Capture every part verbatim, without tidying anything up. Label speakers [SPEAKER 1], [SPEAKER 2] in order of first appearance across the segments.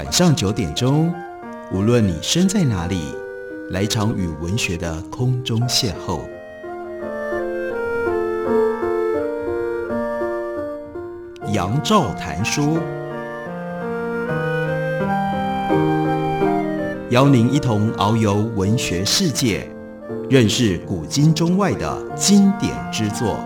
[SPEAKER 1] 晚上九点钟，无论你身在哪里，来一场与文学的空中邂逅。杨照谈书，邀您一同遨游文学世界，认识古今中外的经典之作。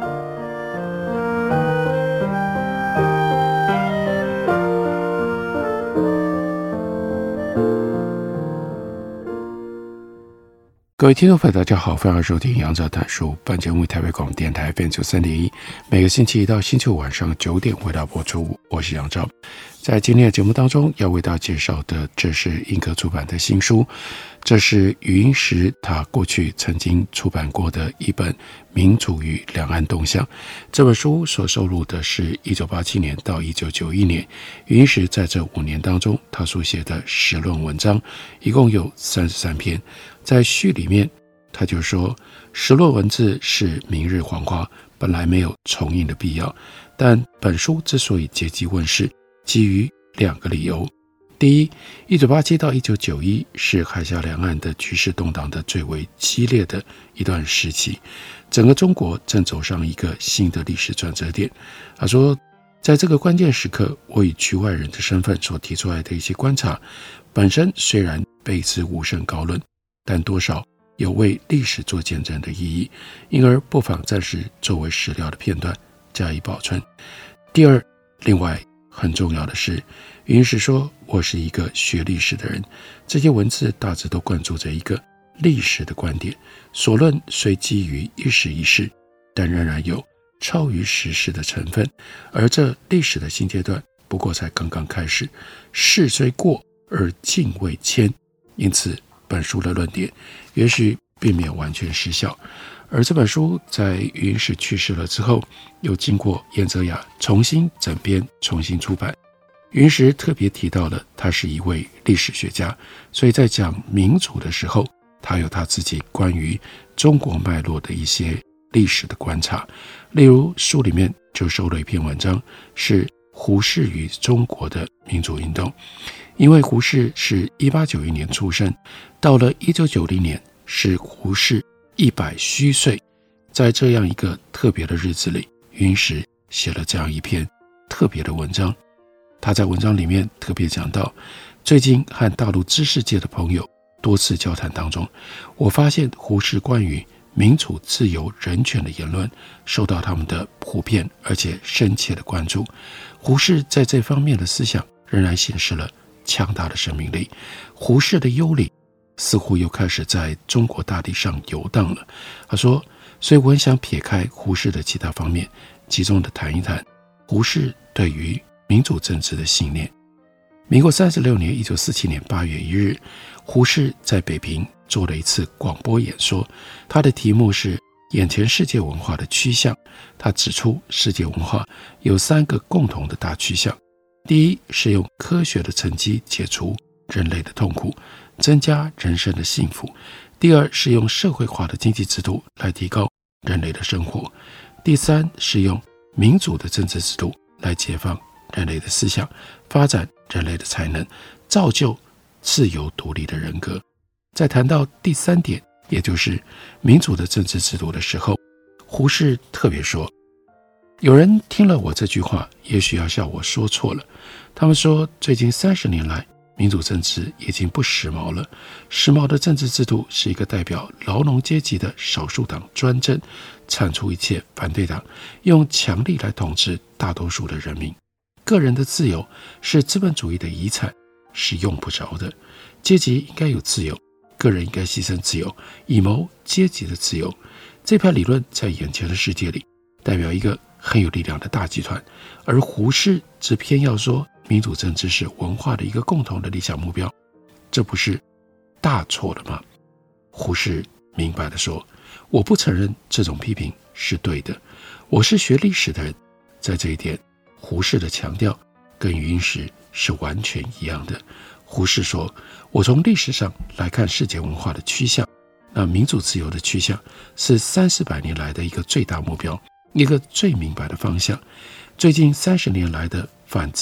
[SPEAKER 2] 各位听众朋友大家好，欢迎收听杨照谈书。本节目台北广播电台 F M 九三点一，每个星期一到星期五晚上九点为大家播出。我是杨照。在今天的节目当中要为大家介绍的，这是英格出版的新书，这是余英时他过去曾经出版过的一本《民主与两岸动向》。这本书所收录的是一九八七年到一九九一年余英时在这五年当中他所写的时论文章，一共有三十三篇。在序里面他就说，时论文字是明日黄花，本来没有重印的必要，但本书之所以结集问世，基于两个理由。第一，一九八七到一九九一是海峡两岸的局势动荡的最为激烈的一段时期，整个中国正走上一个新的历史转折点。他说，在这个关键时刻，我以局外人的身份所提出来的一些观察，本身虽然被之无甚高论，但多少有为历史做见证的意义，因而不妨暂时作为史料的片段加以保存。第二，另外很重要的是，余英时说，我是一个学历史的人，这些文字大致都灌注着一个历史的观点，所论虽基于一时一事，但仍然有超于时事的成分，而这历史的新阶段不过才刚刚开始，事虽过而境未迁，因此本书的论点也许并没有完全失效。而这本书在余英时去世了之后，又经过严泽雅重新整编重新出版。余英时特别提到了他是一位历史学家，所以在讲民主的时候，他有他自己关于中国脉络的一些历史的观察。例如书里面就收了一篇文章，是胡适与中国的民主运动。因为胡适是一八九一年出生，到了一九九零年是胡适一百虚岁，在这样一个特别的日子里，余英时写了这样一篇特别的文章。他在文章里面特别讲到，最近和大陆知识界的朋友多次交谈当中，我发现胡适关于民主、自由、人权的言论受到他们的普遍而且深切的关注。胡适在这方面的思想仍然显示了强大的生命力，胡适的幽灵似乎又开始在中国大地上游荡了。他说，所以我很想撇开胡适的其他方面，集中的谈一谈胡适对于民主政治的信念。民国三十六年一九四七年八月一日，胡适在北平做了一次广播演说，他的题目是眼前世界文化的趋向。他指出，世界文化有三个共同的大趋向，第一是用科学的成绩解除人类的痛苦，增加人生的幸福；第二是用社会化的经济制度来提高人类的生活；第三是用民主的政治制度来解放人类的思想，发展人类的才能，造就自由独立的人格。在谈到第三点，也就是民主的政治制度的时候，胡适特别说，有人听了我这句话，也许要笑我说错了。他们说，最近三十年来，民主政治已经不时髦了。时髦的政治制度是一个代表劳农阶级的少数党专政，铲除一切反对党，用强力来统治大多数的人民。个人的自由是资本主义的遗产，是用不着的。阶级应该有自由，个人应该牺牲自由，以谋阶级的自由。这派理论在眼前的世界里代表一个很有力量的大集团，而胡适只偏要说民主政治是文化的一个共同的理想目标，这不是大错了吗？胡适明白地说，我不承认这种批评是对的，我是学历史的人。在这一点，胡适的强调跟余英时是完全一样的。胡适说，我从历史上来看世界文化的趋向，那民主自由的趋向是三四百年来的一个最大目标，一个最明白的方向。最近三十年来的反自由、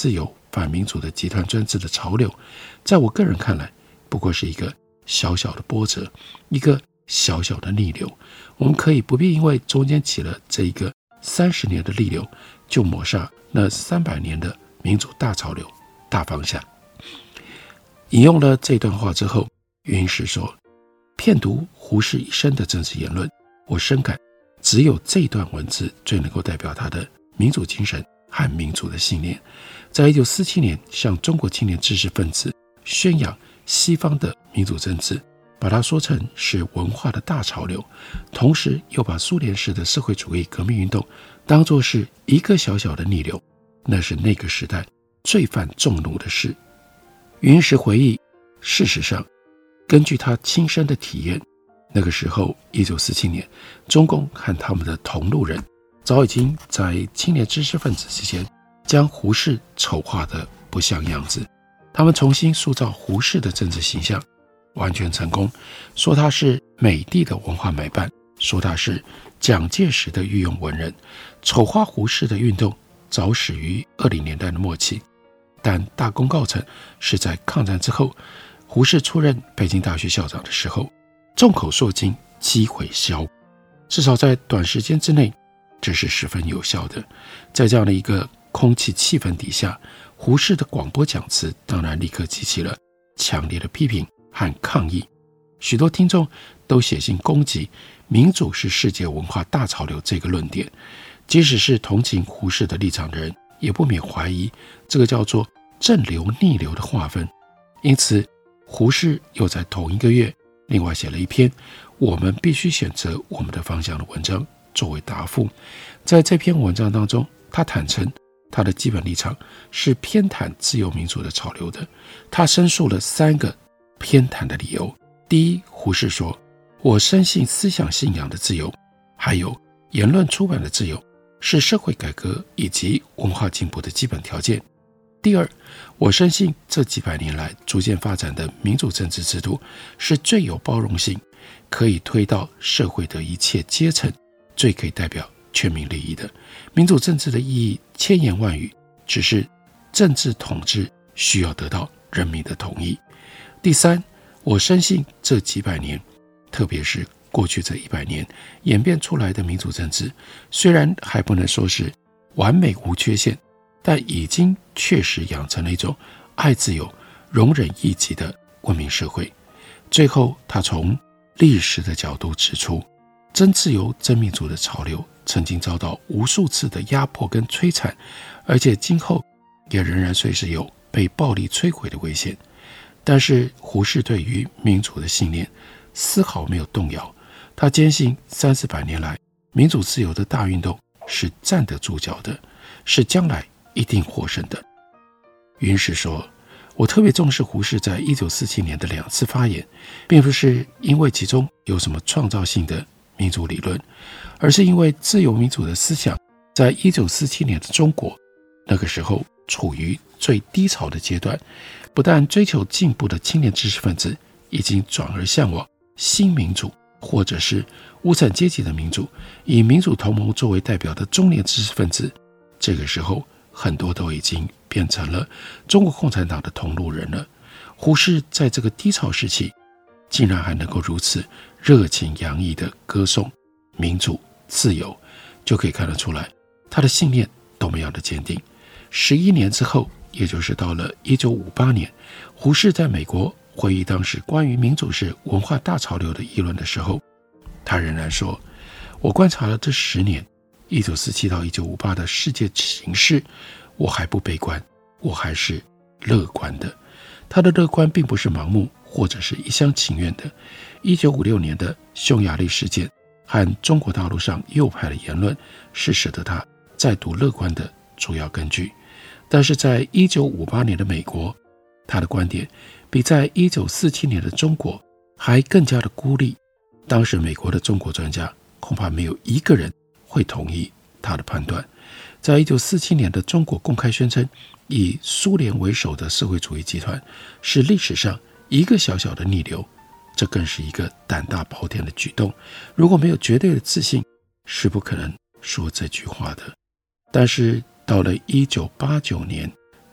[SPEAKER 2] 反民主的集团专制的潮流，在我个人看来，不过是一个小小的波折，一个小小的逆流。我们可以不必因为中间起了这一个三十年的逆流，就抹杀那三百年的民主大潮流大方向。引用了这段话之后，云石说，遍读胡适一生的政治言论，我深感只有这段文字最能够代表他的民主精神和民主的信念。在一九四七年向中国青年知识分子宣扬西方的民主政治，把它说成是文化的大潮流，同时又把苏联式的社会主义革命运动当作是一个小小的逆流，那是那个时代最犯众怒的事。云石回忆，事实上根据他亲身的体验，那个时候一九四七年，中共和他们的同路人早已经在青年知识分子之间将胡适丑化得不像样子。他们重新塑造胡适的政治形象，完全成功，说他是美帝的文化买办，说他是蒋介石的御用文人。丑化胡适的运动早始于二零年代的末期，但大功告成是在抗战之后，胡适出任北京大学校长的时候，众口铄金，击毁销，至少在短时间之内，这是十分有效的。在这样的一个空气气氛底下，胡适的广播讲词当然立刻激起了强烈的批评和抗议。许多听众都写信攻击民主是世界文化大潮流这个论点，即使是同情胡适的立场的人，也不免怀疑这个叫做正流逆流的划分。因此胡适又在同一个月另外写了一篇我们必须选择我们的方向的文章作为答复。在这篇文章当中，他坦诚他的基本立场是偏袒自由民主的潮流的。他申述了三个偏袒的理由。第一，胡适说，我深信思想信仰的自由，还有言论出版的自由，是社会改革以及文化进步的基本条件。第二，我深信这几百年来逐渐发展的民主政治制度是最有包容性，可以推到社会的一切阶层，最可以代表全民利益的。民主政治的意义千言万语，只是政治统治需要得到人民的同意。第三，我深信这几百年，特别是过去这一百年演变出来的民主政治，虽然还不能说是完美无缺陷，但已经确实养成了一种爱自由、容忍异己的文明社会。最后，他从历史的角度指出，真自由、真民主的潮流曾经遭到无数次的压迫跟摧残，而且今后也仍然随时有被暴力摧毁的危险。但是胡适对于民主的信念丝毫没有动摇，他坚信三四百年来民主自由的大运动是站得住脚的，是将来一定获胜的。云石说，我特别重视胡适在一九四七年的两次发言，并不是因为其中有什么创造性的民主理论，而是因为自由民主的思想在一九四七年的中国，那个时候处于最低潮的阶段，不但追求进步的青年知识分子已经转而向往新民主，或者是无产阶级的民主，以民主同盟作为代表的中年知识分子，这个时候很多都已经变成了中国共产党的同路人了。胡适在这个低潮时期，竟然还能够如此热情洋溢地歌颂民主自由，就可以看得出来他的信念多么样的坚定。十一年之后，也就是到了一九五八年，胡适在美国回忆当时关于民主是文化大潮流的议论的时候，他仍然说，我观察了这十年一九四七到一九五八的世界形势，我还不悲观，我还是乐观的。他的乐观并不是盲目或者是一厢情愿的。一九五六年的匈牙利事件和中国大陆上右派的言论是使得他再度乐观的主要根据。但是在一九五八年的美国，他的观点比在一九四七年的中国还更加的孤立。当时美国的中国专家恐怕没有一个人会同意他的判断。在一九四七年的中国公开宣称，以苏联为首的社会主义集团是历史上一个小小的逆流，这更是一个胆大包天的举动。如果没有绝对的自信，是不可能说这句话的。但是到了一九八九年，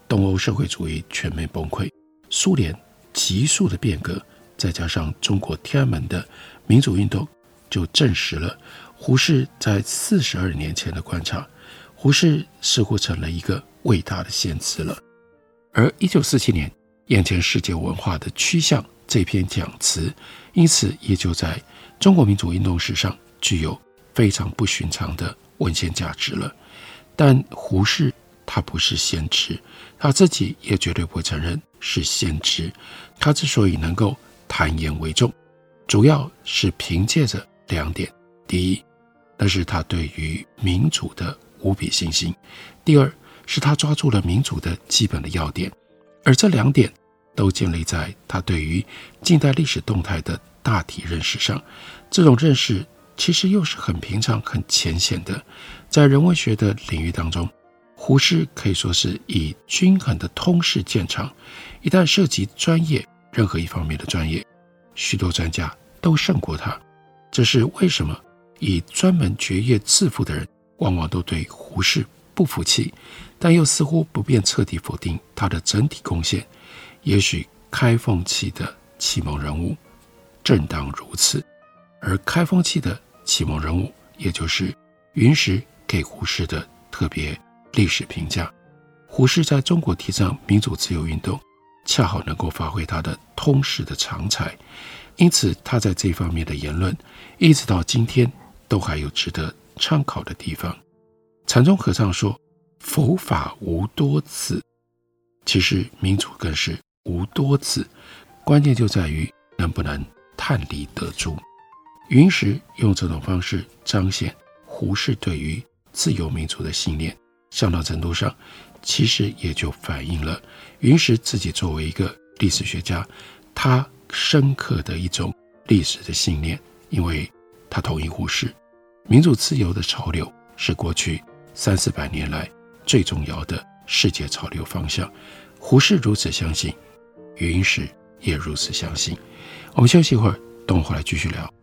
[SPEAKER 2] 东欧社会主义全面崩溃，苏联急速的变革，再加上中国天安门的民主运动，就证实了胡适在四十二年前的观察。胡适似乎成了一个伟大的先知了。而一九四七年眼前世界文化的趋向这篇讲词，因此也就在中国民主运动史上具有非常不寻常的文献价值了。但胡适他不是先知，他自己也绝对不会承认是先知。他之所以能够坦言为重，主要是凭借着两点：第一，那是他对于民主的无比信心；第二，是他抓住了民主的基本的要点。而这两点都建立在他对于近代历史动态的大体认识上。这种认识其实又是很平常很浅显的。在人文学的领域当中，胡适可以说是以均衡的通识见长，一旦涉及专业任何一方面的专业，许多专家都胜过他。这是为什么以专门学业致富的人往往都对胡适不服气，但又似乎不便彻底否定他的整体贡献。也许开风气的启蒙人物正当如此，而开风气的启蒙人物，也就是云石给胡适的特别历史评价。胡适在中国提倡民主自由运动，恰好能够发挥他的通识的长才，因此他在这方面的言论一直到今天都还有值得参考的地方。禅宗和尚说，佛法无多子，其实民主更是无多子，关键就在于能不能探离得诸。云石用这种方式彰显胡适对于自由民主的信念，相当程度上其实也就反映了云石自己作为一个历史学家，他深刻的一种历史的信念。因为他同意胡适，民主自由的潮流是过去三四百年来最重要的世界潮流方向。胡适如此相信，云石也如此相信。我们休息一会儿，等我回来继续聊。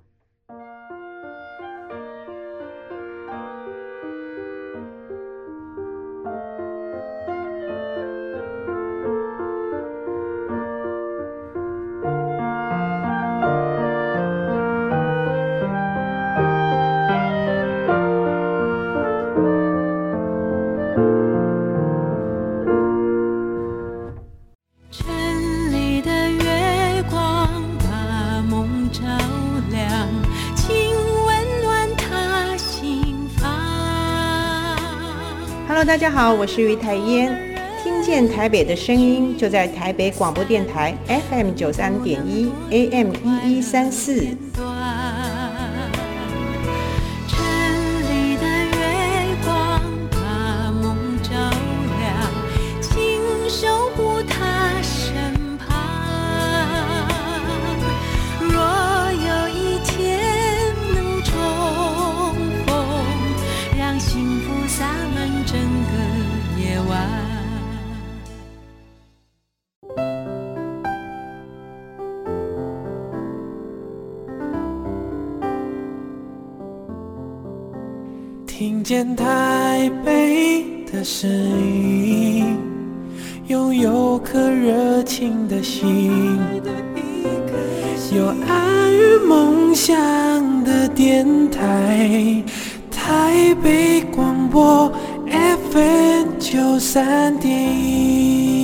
[SPEAKER 3] 大家好，我是于台烟，听见台北的声音，就在台北广播电台 F M 九三点一 A M 一一三四。
[SPEAKER 4] 听见台北的声音，拥有颗热情的心，有爱与梦想的电台，台北广播 F M 九三点一。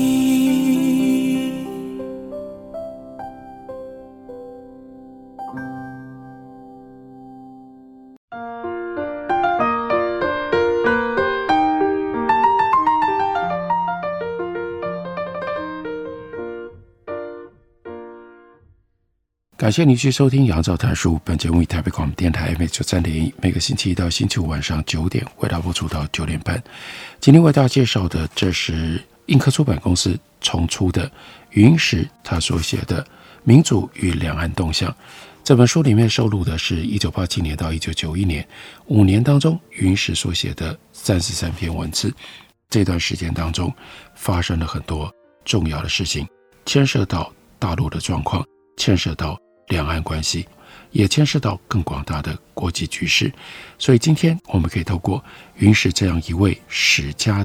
[SPEAKER 2] 感谢您继续收听杨照谈书，本节目以台北广播电台 F M 九三点一，每个星期一到星期五晚上九点为大家播出到九点半。今天为大家介绍的，这是印刻出版公司重出的云石他所写的《民主与两岸动向》。这本书里面收录的是一九八七年到一九九一年五年当中云石所写的三十三篇文字。这段时间当中发生了很多重要的事情，牵涉到大陆的状况，牵涉到两岸关系，也牵涉到更广大的国际局势。所以今天我们可以透过云石这样一位史家的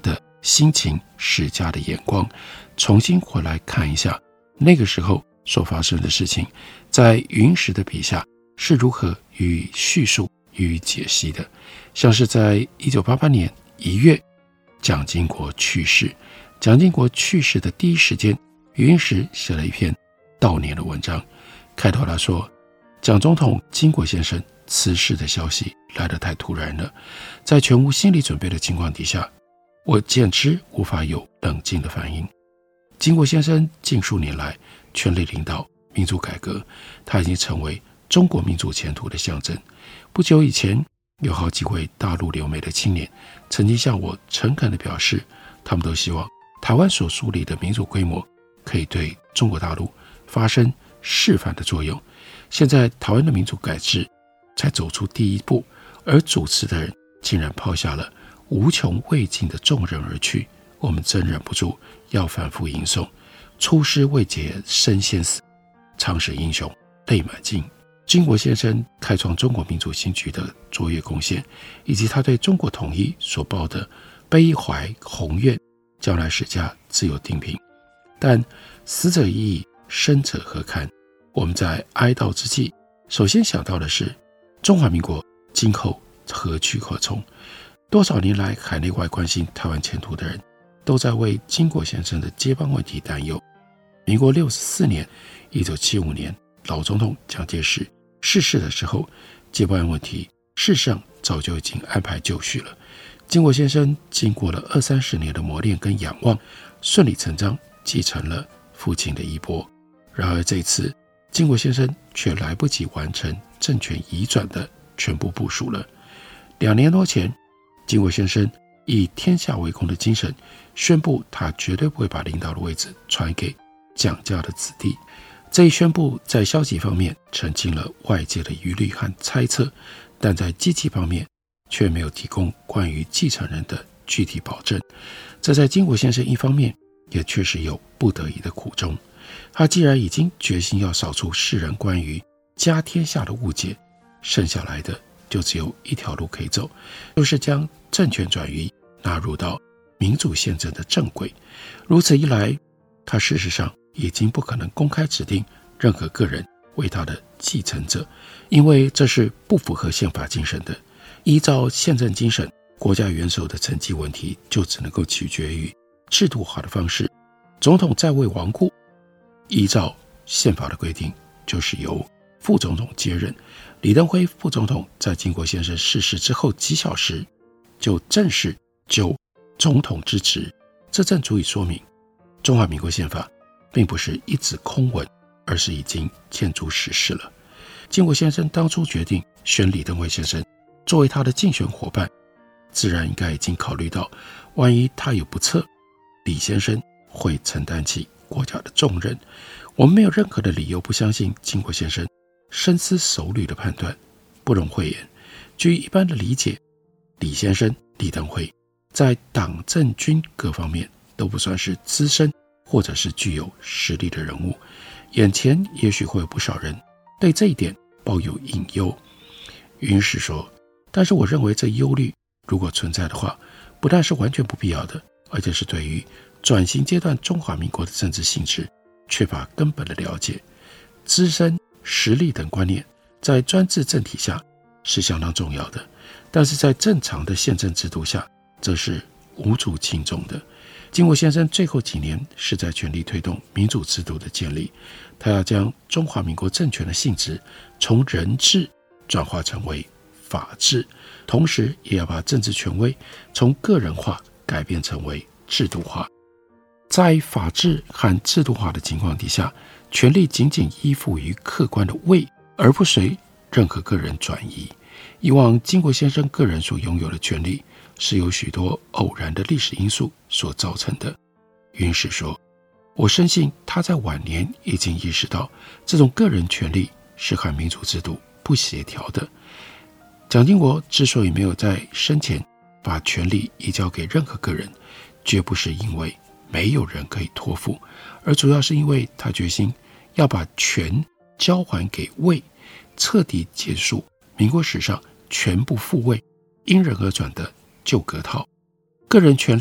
[SPEAKER 2] 心情史家的眼光，重新回来看一下那个时候所发生的事情，在云石的笔下是如何予以叙述、予以解析的。像是在一九八八年一月，蒋经国去世，蒋经国去世的第一时间，云石写了一篇悼念的文章，开头他说，蒋总统经国先生辞世的消息来得太突然了，在全无心理准备的情况底下，我简直无法有冷静的反应。经国先生近数年来全力领导民主改革，他已经成为中国民主前途的象征。不久以前，有好几位大陆留美的青年曾经向我诚恳地表示，他们都希望台湾所树立的民主规模可以对中国大陆发生示范的作用。现在台湾的民主改制才走出第一步，而主持的人竟然抛下了无穷未尽的重任而去，我们真忍不住要反复吟诵，出师未捷身先死，常使英雄泪满襟。经国先生开创中国民主新局的卓越贡献，以及他对中国统一所抱的悲怀宏愿，将来史家自有定评。但死者已矣，生者何堪？我们在哀悼之际，首先想到的是中华民国今后何去何从？多少年来海内外关心台湾前途的人都在为经国先生的接班问题担忧。民国六十四年一九七五年老总统蒋介石逝世的时候，接班问题事实上早就已经安排就绪了。经国先生经过了二三十年的磨练跟仰望，顺理成章继承了父亲的衣钵。然而这次经国先生却来不及完成政权移转的全部部署了。两年多前，经国先生以天下为公的精神宣布，他绝对不会把领导的位置传给蒋家的子弟。这一宣布在消极方面澄清了外界的疑虑和猜测，但在积极方面却没有提供关于继承人的具体保证。这在经国先生一方面也确实有不得已的苦衷。他既然已经决心要扫除世人关于家天下的误解，剩下来的就只有一条路可以走，就是将政权转移纳入到民主宪政的正轨。如此一来，他事实上已经不可能公开指定任何个人为他的继承者，因为这是不符合宪法精神的。依照宪政精神，国家元首的层级问题就只能够取决于制度化的方式。总统在位亡故，依照宪法的规定，就是由副总统接任。李登辉副总统在经国先生逝世之后几小时，就正式就总统之职，这正足以说明中华民国宪法并不是一纸空文，而是已经建筑实施了。经国先生当初决定选李登辉先生作为他的竞选伙伴，自然应该已经考虑到，万一他有不测，李先生会承担起国家的重任。我们没有任何的理由不相信经国先生深思熟虑的判断，不容讳言。据一般的理解，李先生李登辉在党政军各方面都不算是资深或者是具有实力的人物，眼前也许会有不少人对这一点抱有隐忧。云石说，但是我认为这忧虑如果存在的话，不但是完全不必要的，而且是对于转型阶段中华民国的政治性质缺乏根本的了解。资深、实力等观念在专制政体下是相当重要的，但是在正常的宪政制度下则是无足轻重的。经国先生最后几年是在全力推动民主制度的建立，他要将中华民国政权的性质从人治转化成为法治，同时也要把政治权威从个人化改变成为制度化。在法治和制度化的情况底下，权力仅仅依附于客观的位，而不随任何个人转移。以往经国先生个人所拥有的权力是由许多偶然的历史因素所造成的。云石说，我深信他在晚年已经意识到这种个人权力是和民主制度不协调的。蒋经国之所以没有在生前把权力移交给任何个人，绝不是因为没有人可以托付，而主要是因为他决心要把权交还给位，彻底结束民国史上全部复位因人而转的旧格套。个人权力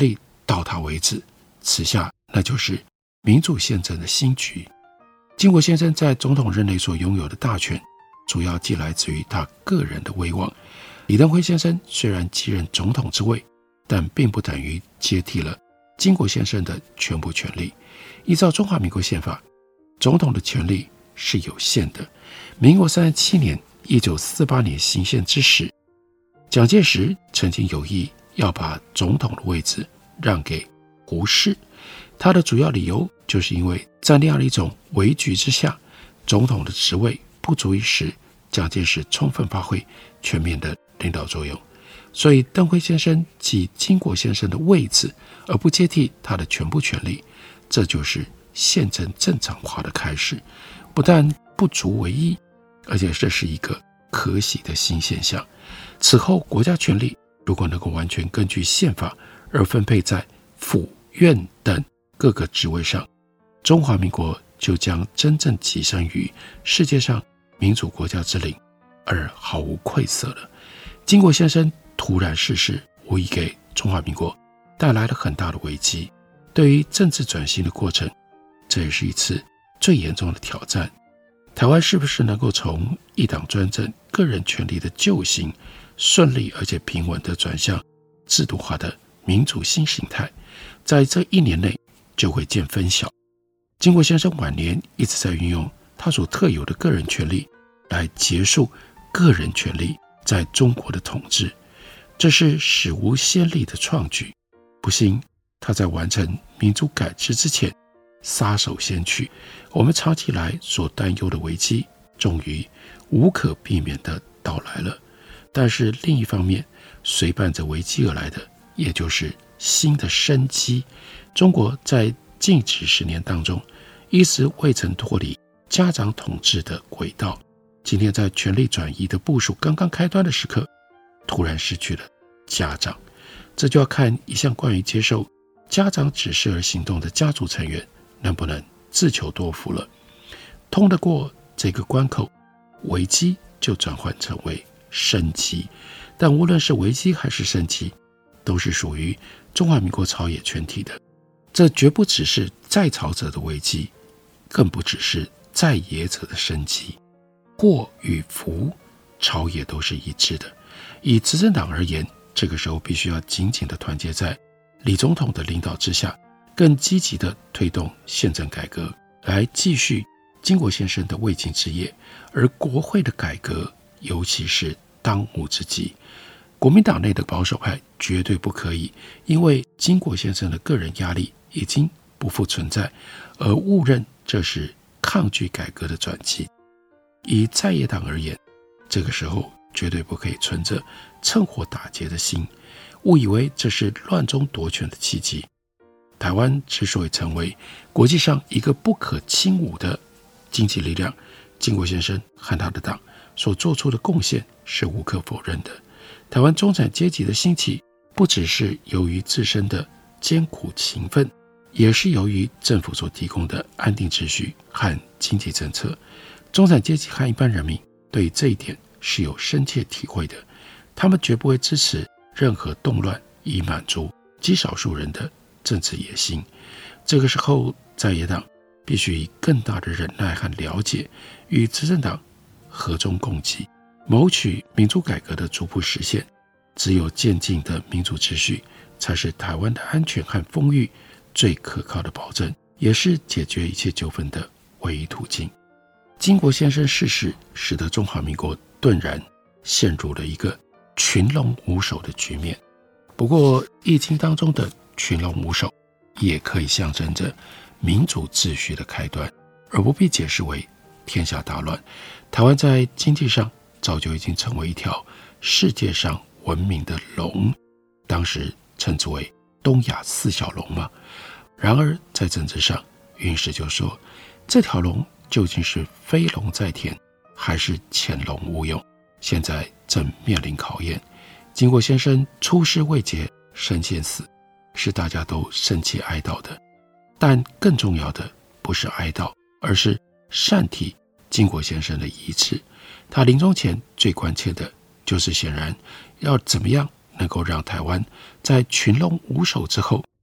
[SPEAKER 2] 到他为止，此下那就是民主宪政的新局。经国先生在总统任内所拥有的大权，主要既来自于他个人的威望。李登辉先生虽然继任总统之位，但并不等于接替了经国先生的全部权力。依照中华民国宪法，总统的权力是有限的。民国三十七年一九四八年行宪之时，蒋介石曾经有意要把总统的位置让给胡适，他的主要理由就是因为在那样的一种危局之下，总统的职位不足以使蒋介石充分发挥全面的领导作用，所以登辉先生继经国先生的位置而不接替他的全部权力，这就是宪政正常化的开始。不但不足为意，而且这是一个可喜的新现象。此后国家权力如果能够完全根据宪法而分配在府院等各个职位上，中华民国就将真正跻身于世界上民主国家之林，而毫无愧色了。经国先生突然逝世，无疑给中华民国带来了很大的危机。对于政治转型的过程，这也是一次最严重的挑战。台湾是不是能够从一党专政、个人权力的旧型，顺利而且平稳地转向制度化的民主新形态，在这一年内就会见分晓。经国先生晚年一直在运用他所特有的个人权力来结束个人权力在中国的统治，这是史无先例的创举。不幸他在完成民主改制之前撒手先去，我们长期以来所担忧的危机终于无可避免地到来了。但是另一方面，随伴着危机而来的也就是新的生机。中国在近几十年当中一直未曾脱离家长统治的轨道，今天在权力转移的部署刚刚开端的时刻，突然失去了家长，这就要看一向惯于接受家长指示而行动的家族成员能不能自求多福了。通得过这个关口，危机就转换成为生机。但无论是危机还是生机，都是属于中华民国朝野全体的。这绝不只是在朝者的危机，更不只是在野者的生机。祸与福，朝野都是一致的。以执政党而言，这个时候必须要紧紧地团结在李总统的领导之下，更积极地推动宪政改革，来继续经国先生的未竟之业。而国会的改革尤其是当务之急。国民党内的保守派绝对不可以因为经国先生的个人压力已经不复存在，而误认这是抗拒改革的转机。以在野党而言，这个时候绝对不可以存着趁火打劫的心，误以为这是乱中夺权的契机。台湾之所以成为国际上一个不可轻侮的经济力量，经国先生和他的党所做出的贡献是无可否认的。台湾中产阶级的兴起，不只是由于自身的艰苦勤奋，也是由于政府所提供的安定秩序和经济政策。中产阶级和一般人民对这一点是有深切体会的，他们绝不会支持任何动乱以满足极少数人的政治野心。这个时候，在野党必须以更大的忍耐和了解，与执政党和衷共济，谋取民主改革的逐步实现。只有渐进的民主秩序，才是台湾的安全和丰裕最可靠的保证，也是解决一切纠纷的唯一途径。经国先生逝世，使得中华民国顿然陷入了一个群龙无首的局面。不过易经当中的群龙无首也可以象征着民主秩序的开端，而不必解释为天下大乱。台湾在经济上早就已经成为一条世界上闻名的龙，当时称之为东亚四小龙嘛。然而在政治上，云石就说，这条龙究竟是飞龙在天，还是潜龙勿用，现在正面临考验。经国先生出师未捷身先死，是大家都深切哀悼的。但更重要的不是哀悼，而是善提经国先生的遗志。他临终前最关切的就是显然要怎么样能够让台湾在群龙无首之后，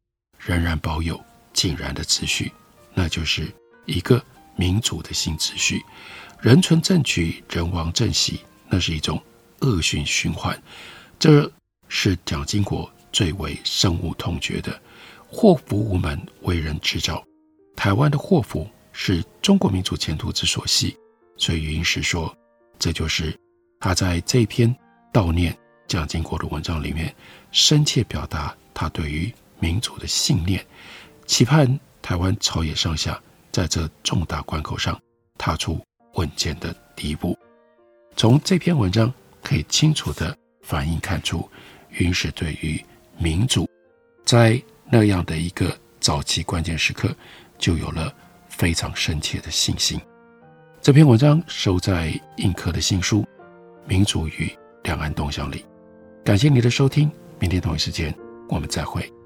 [SPEAKER 2] 仍然保有井然的秩序，那就是一个民主的新秩序。人存政局，人亡政息，那是一种恶性循环。这是蒋经国最为深恶痛绝的。祸福无门，为人制造。台湾的祸福是中国民主前途之所系，所以云石说，这就是他在这篇悼念蒋经国的文章里面深切表达他对于民主的信念，期盼台湾朝野上下在这重大关口上踏出稳健的第一步。从这篇文章可以清楚地反映看出，云石对于民主在那样的一个早期关键时刻就有了非常深切的信心。这篇文章收在印刻的新书《民主与两岸动向》里。感谢你的收听，明天同一时间我们再会。